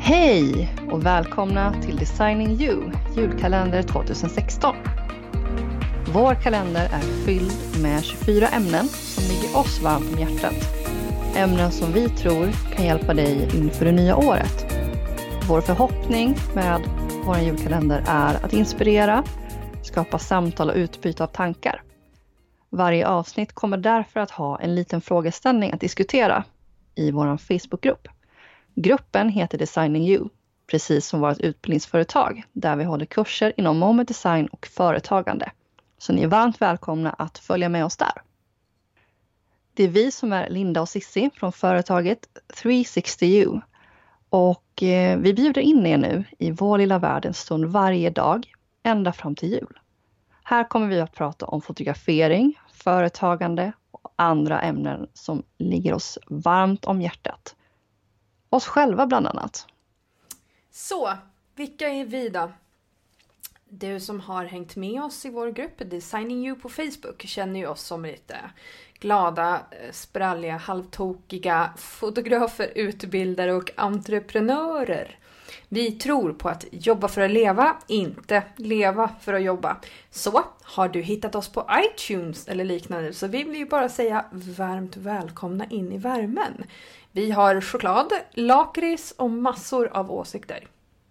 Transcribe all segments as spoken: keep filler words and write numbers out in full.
Hej och välkomna till Designing You, julkalender tjugohundrasexton. Vår kalender är fylld med tjugofyra ämnen som ligger oss varmt om hjärtat. Ämnen som vi tror kan hjälpa dig inför det nya året. Vår förhoppning med vår julkalender är att inspirera, skapa samtal och utbyte av tankar. Varje avsnitt kommer därför att ha en liten frågeställning att diskutera i vår Facebookgrupp. Gruppen heter Designing You, precis som vårt utbildningsföretag, där vi håller kurser inom moment design och företagande. Så ni är varmt välkomna att följa med oss där. Det är vi som är Linda och Sissi från företaget trehundrasextio U. Och eh, vi bjuder in er nu i vår lilla värld en stund varje dag, ända fram till jul. Här kommer vi att prata om fotografering, företagande och andra ämnen som ligger oss varmt om hjärtat. Oss själva bland annat. Så, vilka är vi då? Du som har hängt med oss i vår grupp Designing You på Facebook känner ju oss som lite glada, spralliga, halvtokiga fotografer, utbildare och entreprenörer. Vi tror på att jobba för att leva, inte leva för att jobba. Så har du hittat oss på iTunes eller liknande så vill vi ju bara säga varmt välkomna in i värmen. Vi har choklad, lakrits och massor av åsikter.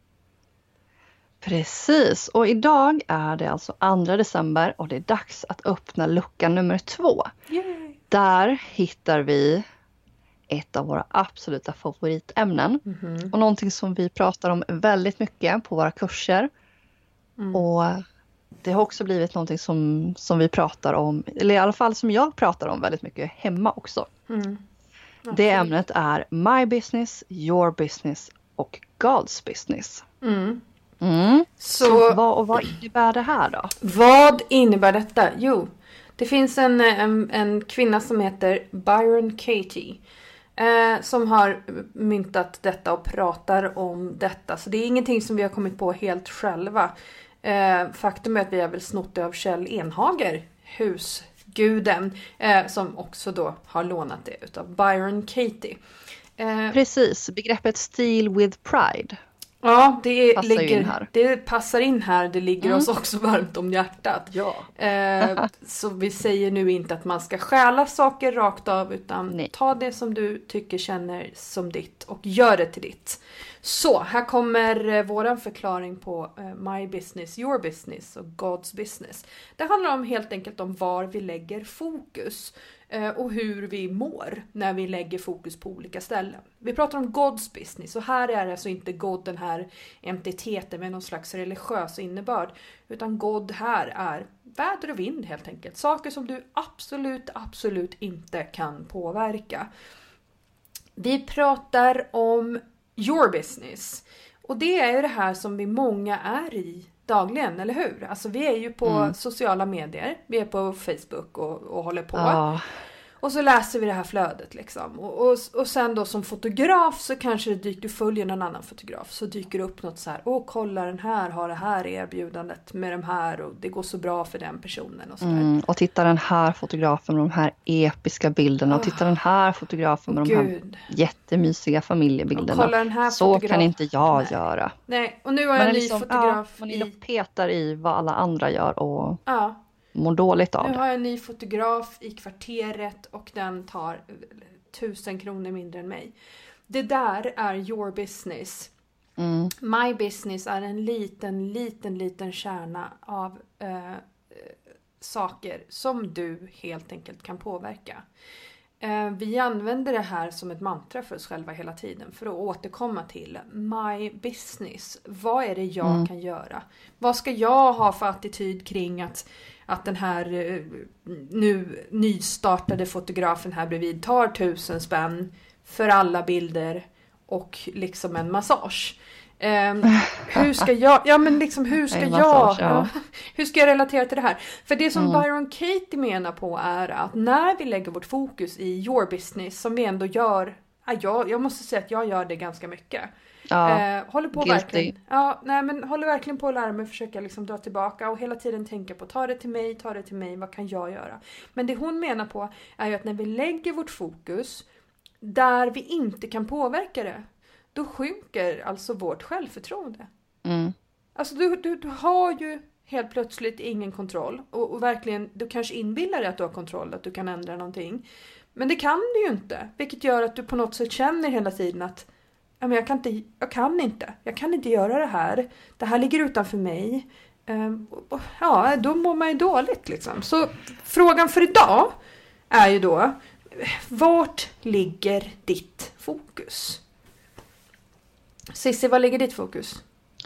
Precis, och idag är det alltså andra december och det är dags att öppna lucka nummer två. Yay. Där hittar vi ett av våra absoluta favoritämnen. Mm-hmm. Och någonting som vi pratar om väldigt mycket på våra kurser. Mm. Och det har också blivit någonting som, som vi pratar om, eller i alla fall som jag pratar om väldigt mycket hemma också. Mm. Det ämnet är My Business, Your Business och God's Business. Mm. Mm. Så, Så vad, och vad innebär det här då? Vad innebär detta? Jo, det finns en, en, en kvinna som heter Byron Katie. Eh, som har myntat detta och pratar om detta. Så det är ingenting som vi har kommit på helt själva. Eh, faktum är att vi har väl snott det av Kjell Enhager, husguden. Eh, som också då har lånat det utav Byron Katie. Eh, Precis, begreppet Steal with Pride. Ja, det, passar ligger, in här. det passar in här. Det ligger mm. oss också varmt om hjärtat. Ja. eh, så vi säger nu inte att man ska stjäla saker rakt av. Utan Nej. Ta det som du tycker känner som ditt och gör det till ditt. Så, här kommer eh, våran förklaring på eh, My Business, Your Business och God's Business. Det handlar om helt enkelt om var vi lägger fokus. Och hur vi mår när vi lägger fokus på olika ställen. Vi pratar om God's business. Och här är det alltså inte God, den här entiteten med någon slags religiös innebörd. Utan God här är väder och vind helt enkelt. Saker som du absolut, absolut inte kan påverka. Vi pratar om your business. Och det är ju det här som vi många är i dagligen, eller hur? Alltså vi är ju på mm. sociala medier. Vi är på Facebook och, och håller på. Ja. Och så läser vi det här flödet liksom. Och, och, och sen då som fotograf så kanske det dyker, du följer någon annan fotograf. Så dyker det upp något så här. Åh, kolla den här har det här erbjudandet med de här. Och det går så bra för den personen och så mm, och titta den här fotografen med de här episka bilderna. Oh. Och titta den här fotografen med oh, de här Gud. jättemysiga familjebilderna. Och den här så fotograf... kan inte jag Nej. göra. Nej, och nu har jag en ny liksom, fotograf. Ja, man i... petar i vad alla andra gör och... Ja. mår dåligt av nu det. har jag en ny fotograf i kvarteret och den tar tusen kronor mindre än mig. Det där är your business. Mm. My business är en liten, liten, liten kärna av eh, saker som du helt enkelt kan påverka. Eh, vi använder det här som ett mantra för oss själva hela tiden för att återkomma till my business. Vad är det jag mm. kan göra? Vad ska jag ha för attityd kring att att den här nu nystartade fotografen här bredvid tar tusen spänn för alla bilder och liksom en massage. Um, hur ska jag, ja men liksom hur ska jag, massage, ja. hur ska jag relatera till det här? För det som mm. Byron Katie menar på är att när vi lägger vårt fokus i your business som vi ändå gör, ja, jag, jag måste säga att jag gör det ganska mycket. Ja, eh, håller på verkligen. Ja, nej men håller verkligen på att lära mig försöka liksom dra tillbaka och hela tiden tänka på ta det till mig, ta det till mig, vad kan jag göra? Men det hon menar på är ju att när vi lägger vårt fokus där vi inte kan påverka det, då sjunker alltså vårt självförtroende. Mm. Alltså du, du, du har ju helt plötsligt ingen kontroll. Och, och verkligen, du kanske inbillar dig att du har kontroll, att du kan ändra någonting. Men det kan du ju inte. Vilket gör att du på något sätt känner hela tiden att ja, men jag, kan inte, jag kan inte. Jag kan inte göra det här. Det här ligger utanför mig. Um, ja, då mår man ju dåligt liksom. Så frågan för idag är ju då, vart ligger ditt fokus? Cissi, var ligger ditt fokus?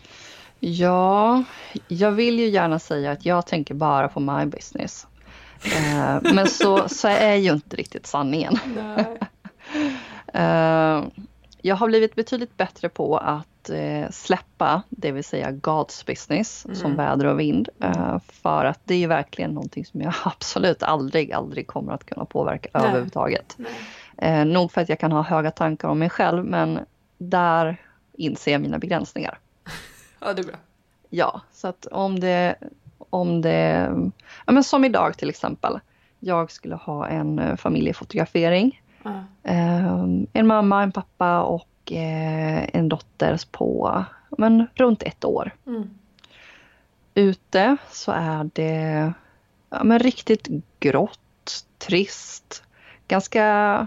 Ja, jag vill ju gärna säga att jag tänker bara på my business. uh, men så, så är ju inte riktigt sanningen. Nej. uh, jag har blivit betydligt bättre på att uh, släppa, det vill säga God's business, mm. som väder och vind. Uh, för att det är ju verkligen någonting som jag absolut aldrig, aldrig kommer att kunna påverka Nej. överhuvudtaget. Nej. Uh, nog för att jag kan ha höga tankar om mig själv, men där inser jag mina begränsningar. Ja, det är bra. Ja, så att om det, om det, ja men som idag till exempel. Jag skulle ha en familjefotografering. Mm. Eh, en mamma, en pappa och eh, en dotter på men, runt ett år. Mm. Ute så är det ja, men, riktigt grått, trist, ganska...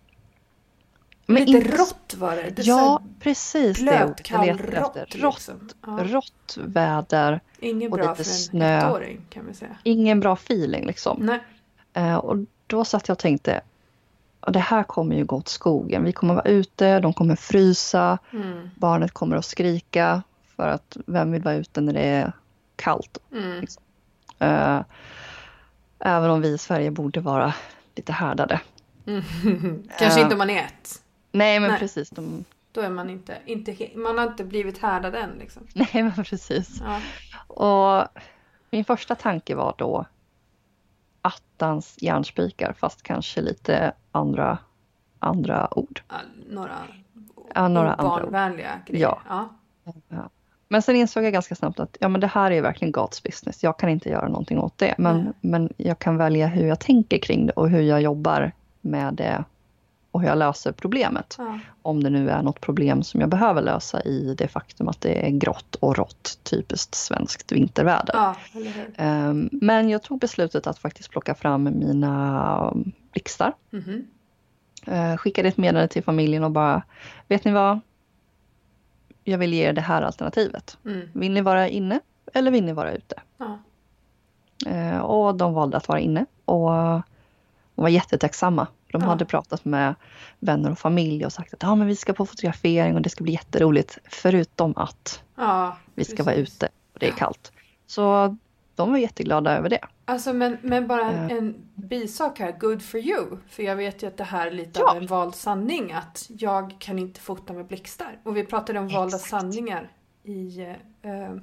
Men lite inte... rått var det. det ja, precis. Blöt, kall, rått. Rått, liksom. ja. rått väder. Ingen och bra lite för en snö. ettåring kan vi säga. Ingen bra feeling liksom. Nej. Uh, och då satt jag och tänkte, det här kommer ju gå åt skogen. Vi kommer vara ute, de kommer frysa. Mm. Barnet kommer att skrika. För att vem vill vara ute när det är kallt? Mm. Liksom. Uh, även om vi i Sverige borde vara lite härdade. Mm. Kanske uh, inte om man är ett. Nej, men Nej. precis. De... Då är man inte, inte, man har inte blivit härdad än liksom. Nej, men precis. Ja. Och min första tanke var då attans järnspikar, fast kanske lite andra, andra ord. Ja, några, ja, några barnvänliga grejer. Ja. Ja. ja. Men sen insåg jag ganska snabbt att ja, men det här är verkligen God's business. Jag kan inte göra någonting åt det. Men, mm. men jag kan välja hur jag tänker kring det och hur jag jobbar med det. Och hur jag löser problemet. Ja. Om det nu är något problem som jag behöver lösa i det faktum att det är grått och rått. Typiskt svenskt vinterväder. Ja, eller hur? Um, men jag tog beslutet att faktiskt plocka fram mina blixtar. Mm-hmm. Uh, skickade ett meddelande till familjen och bara, vet ni vad? Jag vill ge er det här alternativet. Mm. Vill ni vara inne eller vill ni vara ute? Ja. Uh, och de valde att vara inne. Och de var jättetacksamma. De ja. hade pratat med vänner och familj och sagt att ja, men vi ska på fotografering och det ska bli jätteroligt. Förutom att ja, vi ska vara ute och det är kallt. Så de var jätteglada över det. Alltså men, men bara en, en bisak här, good for you. För jag vet ju att det här är lite ja. av en vald sanning. Att jag kan inte fota med blixtar. Och vi pratade om valda Exakt. sanningar i... Uh,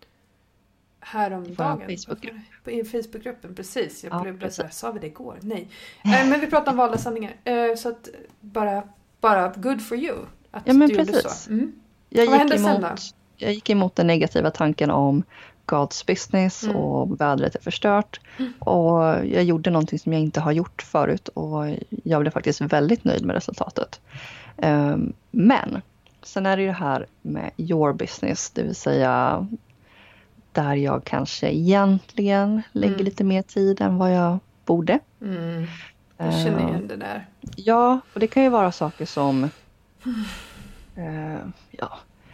häromdagen. I Facebookgruppen. I Facebookgruppen, precis. Jag ja, blev precis. Så sa vi det igår? Nej. äh, men vi pratar om valda sanningar. Äh, så att bara, bara good for you. Att ja, men du precis. gjorde så. Mm. Jag, Vad gick hände emot, sen då? jag gick emot den negativa tanken om God's business mm. och vädret är förstört. Mm. Och jag gjorde någonting som jag inte har gjort förut. Och jag blev faktiskt väldigt nöjd med resultatet. Um, men sen är det ju det här med your business. Det vill säga... där jag kanske egentligen lägger mm. lite mer tid än vad jag borde. Mm. Jag känner igen det där. Uh, ja, och det kan ju vara saker som uh, ja,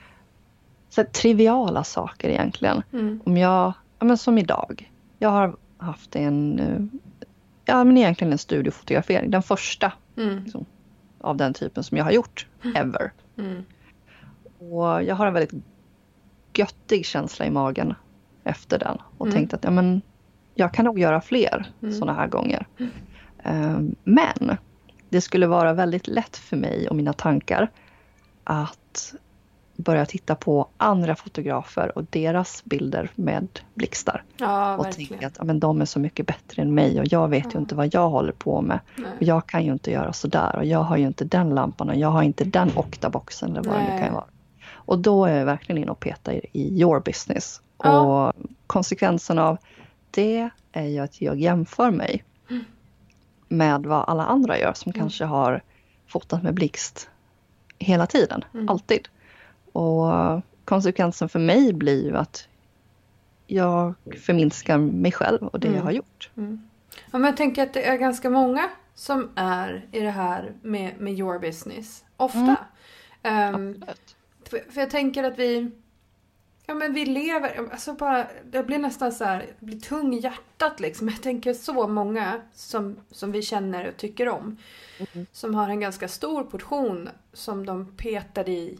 så triviala saker egentligen. Mm. Om jag, ja, men som idag. Jag har haft en, uh, ja men egentligen en studiofotografering. Den första mm. liksom, av den typen som jag har gjort ever. Mm. Och jag har en väldigt göttig känsla i magen efter den. Och mm. tänkte att ja, men, jag kan nog göra fler mm. sådana här gånger. Mm. Um, men det skulle vara väldigt lätt för mig och mina tankar att börja titta på andra fotografer och deras bilder med blixtar. Ja, och verkligen. tänka att ja, men de är så mycket bättre än mig och jag vet ja. ju inte vad jag håller på med. Och jag kan ju inte göra sådär och jag har ju inte den lampan och jag har inte den oktaboxen eller vad Nej. det nu kan vara. Och då är jag verkligen in och petar i your business. Ja. Och konsekvensen av det är ju att jag jämför mig mm. med vad alla andra gör som mm. kanske har fotat med blixt hela tiden, mm. alltid. Och konsekvensen för mig blir ju att jag förminskar mig själv och det mm. jag har gjort. Mm. Ja, men jag tänker att det är ganska många som är i det här med, med your business. Ofta. Mm. Um, för, för jag tänker att vi ja men vi lever, alltså bara, det blir nästan så här, det blir tung i hjärtat liksom. Jag tänker så många som, som vi känner och tycker om. Mm. Som har en ganska stor portion som de petar i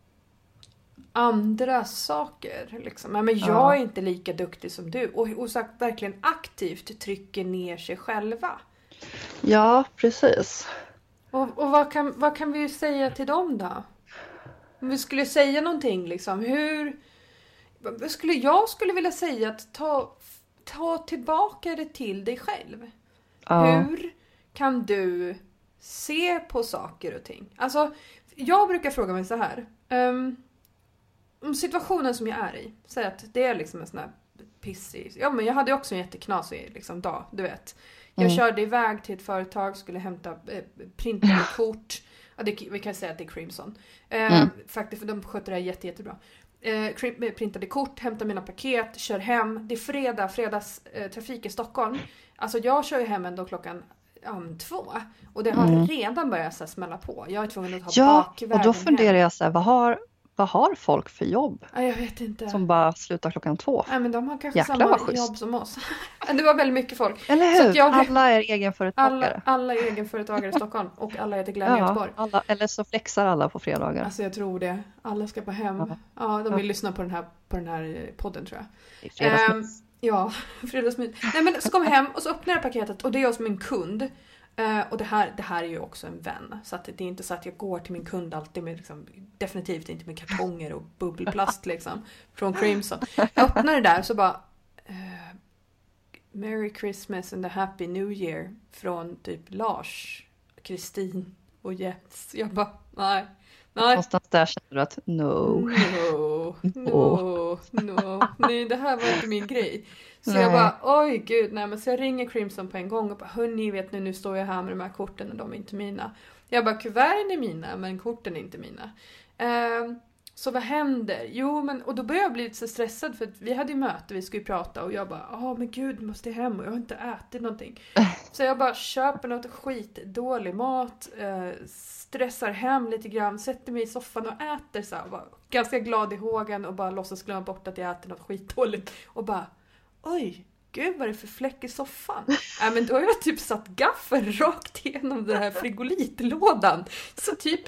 andra saker. Liksom. Ja, men jag ja. är inte lika duktig som du. Och, och så verkligen aktivt trycker ner sig själva. Ja, precis. Och, och vad, kan, vad kan vi säga till dem då? Om vi skulle säga någonting liksom. Hur... Skulle, jag skulle vilja säga att ta, ta tillbaka det till dig själv. Ja. Hur kan du se på saker och ting? Alltså, jag brukar fråga mig så här. Um, om situationen som jag är i. Säg att det är liksom en sån här pissig. Ja, men jag hade också en jätteknasig liksom, dag, du vet. Jag mm. körde iväg till ett företag, skulle hämta eh, printade kort. Ja, det, vi kan säga att det är Crimson. Eh, mm. Faktiskt, för de sköter det här jätte, jättebra. Eh, printade kort, hämtar mina paket, kör hem. Det är fredag, fredags eh, trafik i Stockholm. Alltså jag kör ju hem ändå klockan um, två. Och det har mm. redan börjat så här, smälla på. Jag är tvungen att ta ja, bakvägen och då funderar hem. jag så här, vad har, vad har folk för jobb? Ja, jag vet inte. Som bara slutar klockan två. Nej, men de har kanske Jäklar, samma jobb som oss. Det var väldigt mycket folk. Eller hur? Så att jag, alla är egenföretagare. Alla, alla är egenföretagare i Stockholm. Och alla är till Glädje i Göteborg. Ja, alla, eller så flexar alla på fredagar. Alltså jag tror det. Alla ska på hem. Ja, ja de vill ja. lyssna på den, här, på den här podden tror jag. Fredagsmys. Um, ja, fredagsmys. Nej, men så kom jag hem och så öppnar jag paketet. Och det är jag som en kund. Uh, och det här, det här är ju också en vän. Så att det är inte så att jag går till min kund alltid med liksom, definitivt inte med kartonger och bubbelplast liksom. Från Crimson. Jag öppnar det där så bara uh, Merry Christmas and a Happy New Year. Från typ Lars, Kristin och Jens. Jag bara, nej. Nej. Någonstans där känner du att no. No, no, no. Nej, det här var inte min grej. Så nej. Jag bara, oj gud, nej men så jag ringer Crimson på en gång och bara, hörni vet nu, nu står jag här med de här korten och de är inte mina. Jag bara, kuverten är mina men korten är inte mina. Uh, så vad händer? Jo men, och då började jag bli lite så stressad för att vi hade ju möte, vi skulle ju prata och jag bara, ja men gud, måste jag hem och jag har inte ätit någonting. Så jag bara köper något skit, dålig mat, uh, stressar hem lite grann, sätter mig i soffan och äter så här, och bara, ganska glad i hågen och bara låtsas glömma bort att jag äter något skitdåligt och bara, oj, gud vad är det för fläck i soffan? Äh, men då har jag typ satt gaffeln rakt igenom den här frigolitlådan. Så typ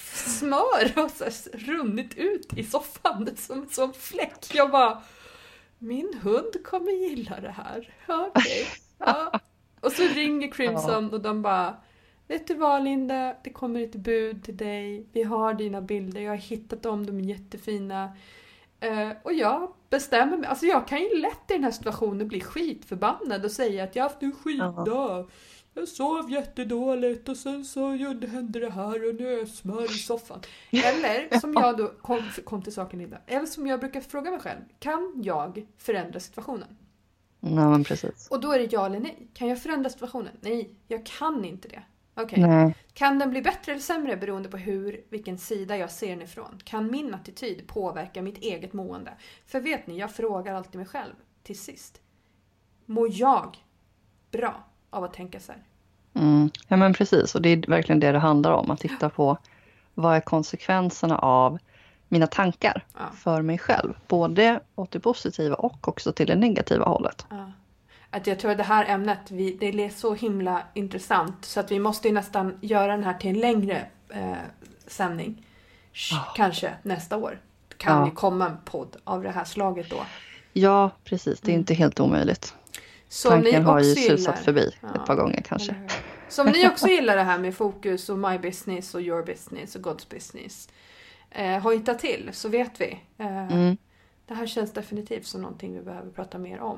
smör har så här runnit ut i soffan som en sån fläck. Jag bara, min hund kommer gilla det här. Okej. Okay. Ja. Och så ringer Crimson och de bara, vet du vad Linda, det kommer ett bud till dig. Vi har dina bilder, jag har hittat dem, de är jättefina. Uh, och jag bestämmer mig, alltså jag kan ju lätt i den här situationen bli skitförbannad och säga att jag har haft en skitdag. Jag sov jättedåligt och sen så hände det här och nu är jag smör i soffan. Eller som jag då kom, kom till saken Linda. Eller som jag brukar fråga mig själv. Kan jag förändra situationen? Ja, men precis. Och då är det ja eller nej. Kan jag förändra situationen? Nej, jag kan inte det. Okej. Okay. Kan den bli bättre eller sämre beroende på hur, vilken sida jag ser den ifrån? Kan min attityd påverka mitt eget mående? För vet ni, jag frågar alltid mig själv till sist. Mår jag bra av att tänka så här? Mm. Ja men precis, och det är verkligen det det handlar om. Att titta på vad är konsekvenserna av mina tankar ja. för mig själv. Både åt det positiva och också till det negativa hållet. Ja. Att jag tror att det här ämnet, vi, det är så himla intressant så att vi måste ju nästan göra den här till en längre eh, sändning. Oh. Kanske nästa år kan ja. ju komma en podd av det här slaget då. Ja, precis. Det är mm. inte helt omöjligt. Så tanken har ju susat förbi ja. ett par gånger kanske. Så om ni också gillar det här med fokus och my business och your business och God's business. Eh, hojta till så vet vi. Eh, mm. Det här känns definitivt som någonting vi behöver prata mer om.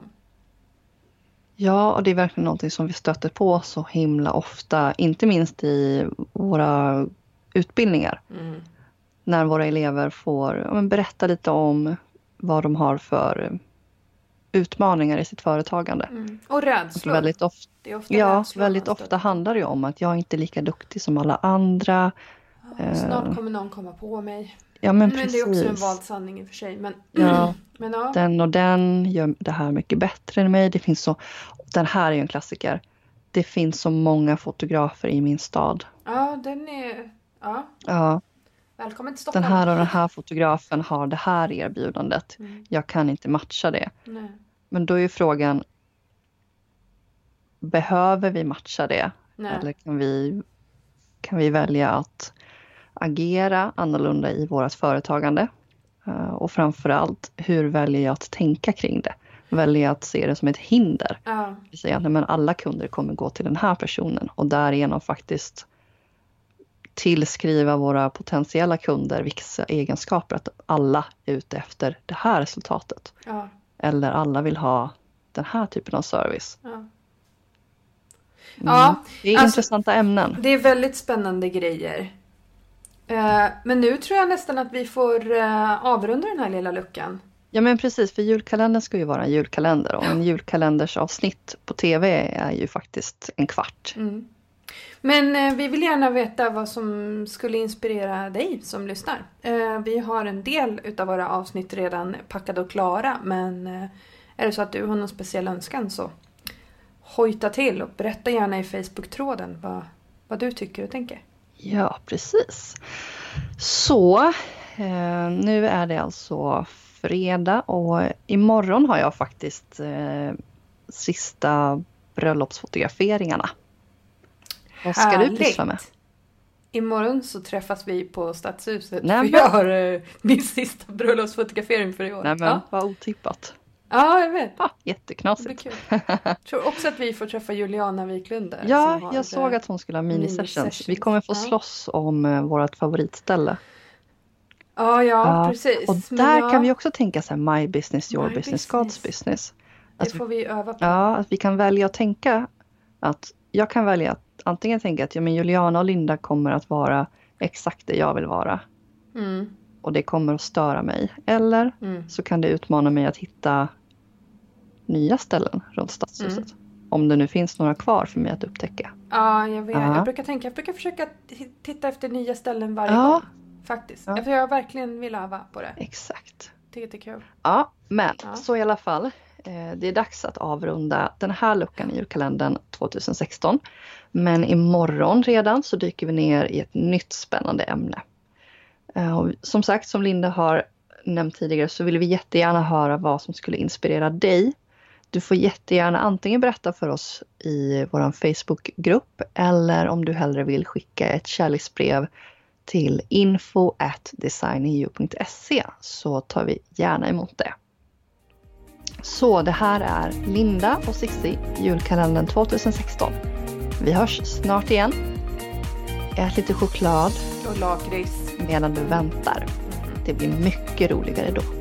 Ja, och det är verkligen någonting som vi stöter på så himla ofta. Inte minst i våra utbildningar. Mm. När våra elever får ja, men berätta lite om vad de har för utmaningar i sitt företagande. Mm. Och rädslor. Väldigt ofta, det är ofta ja, väldigt ofta handlar det om att jag är inte lika duktig som alla andra. Ja, snart kommer någon komma på mig. Ja, men, men det är också en vald sanning i och för sig. Men, ja, men, ja. Den och den gör det här mycket bättre än mig. Det finns så, den här är ju en klassiker. Det finns så många fotografer i min stad. Ja, den är... Ja. Ja. Välkommen till Stockholm. Den här och den här fotografen har det här erbjudandet. Mm. Jag kan inte matcha det. Nej. Men då är ju frågan, behöver vi matcha det? Nej. Eller kan vi, kan vi välja att agera annorlunda i vårt företagande? Uh, och framförallt, hur väljer jag att tänka kring det? Väljer jag att se det som ett hinder? Ja. Vi säger att nej, men alla kunder kommer gå till den här personen. Och därigenom faktiskt tillskriva våra potentiella kunder vissa egenskaper. Att alla är ute efter det här resultatet. Ja. Eller alla vill ha den här typen av service. Ja. Mm. Ja, det är alltså, intressanta ämnen. Det är väldigt spännande grejer. Uh, men nu tror jag nästan att vi får uh, avrunda den här lilla luckan. Ja, men precis, för julkalendern ska ju vara en julkalender. Och en julkalenders avsnitt på tv är ju faktiskt en kvart. Mm. Men uh, vi vill gärna veta vad som skulle inspirera dig som lyssnar. Uh, vi har en del utav våra avsnitt redan packade och klara. Men uh, är det så att du har någon speciell önskan så hojta till och berätta gärna i Facebook-tråden vad, vad du tycker och tänker. Ja, precis. Så, eh, nu är det alltså fredag och imorgon har jag faktiskt eh, sista bröllopsfotograferingarna. Vad ska Härligt. Du pyssla med? Imorgon så träffas vi på Stadshuset. Nej, för jag har eh, min sista bröllopsfotografering för i år. Nej, men ja. Vad otippat. Ja, jag vet. Ja, jätteknasigt. Det blir kul. Jag tror också att vi får träffa Juliana Wiklund där. Ja, jag såg att hon skulle ha mini-sessions. Vi kommer få ja. slåss om uh, vårt favoritställe. Ja, ja, ja. precis. Och Men där ja. kan vi också tänka så här, my business, your my business, business. God's business. Det alltså, får vi öva på. Ja, att vi kan välja att tänka att jag kan välja att antingen tänka att ja, men Juliana och Linda kommer att vara exakt det jag vill vara. Mm. Och det kommer att störa mig. Eller mm. så kan det utmana mig att hitta nya ställen runt Stadshuset. Mm. Om det nu finns några kvar för mig att upptäcka. Ja, jag vet. Ja. Jag brukar tänka, jag brukar försöka titta efter nya ställen varje ja. gång. Faktiskt. Ja. För jag verkligen vill öva på det. Exakt. Tycker det är kul. Ja, men ja. så i alla fall. Eh, det är dags att avrunda den här luckan i julkalendern tjugohundrasexton. Men imorgon redan så dyker vi ner i ett nytt spännande ämne. Eh, och som sagt, som Linda har nämnt tidigare så vill vi jättegärna höra vad som skulle inspirera dig. Du får jättegärna antingen berätta för oss i vår Facebookgrupp eller om du hellre vill skicka ett kärleksbrev till info at designeyu punkt se så tar vi gärna emot det. Så det här är Linda och Sissi, julkalendern tjugohundrasexton. Vi hörs snart igen. Ät lite choklad och lakrits medan du väntar. Det blir mycket roligare då.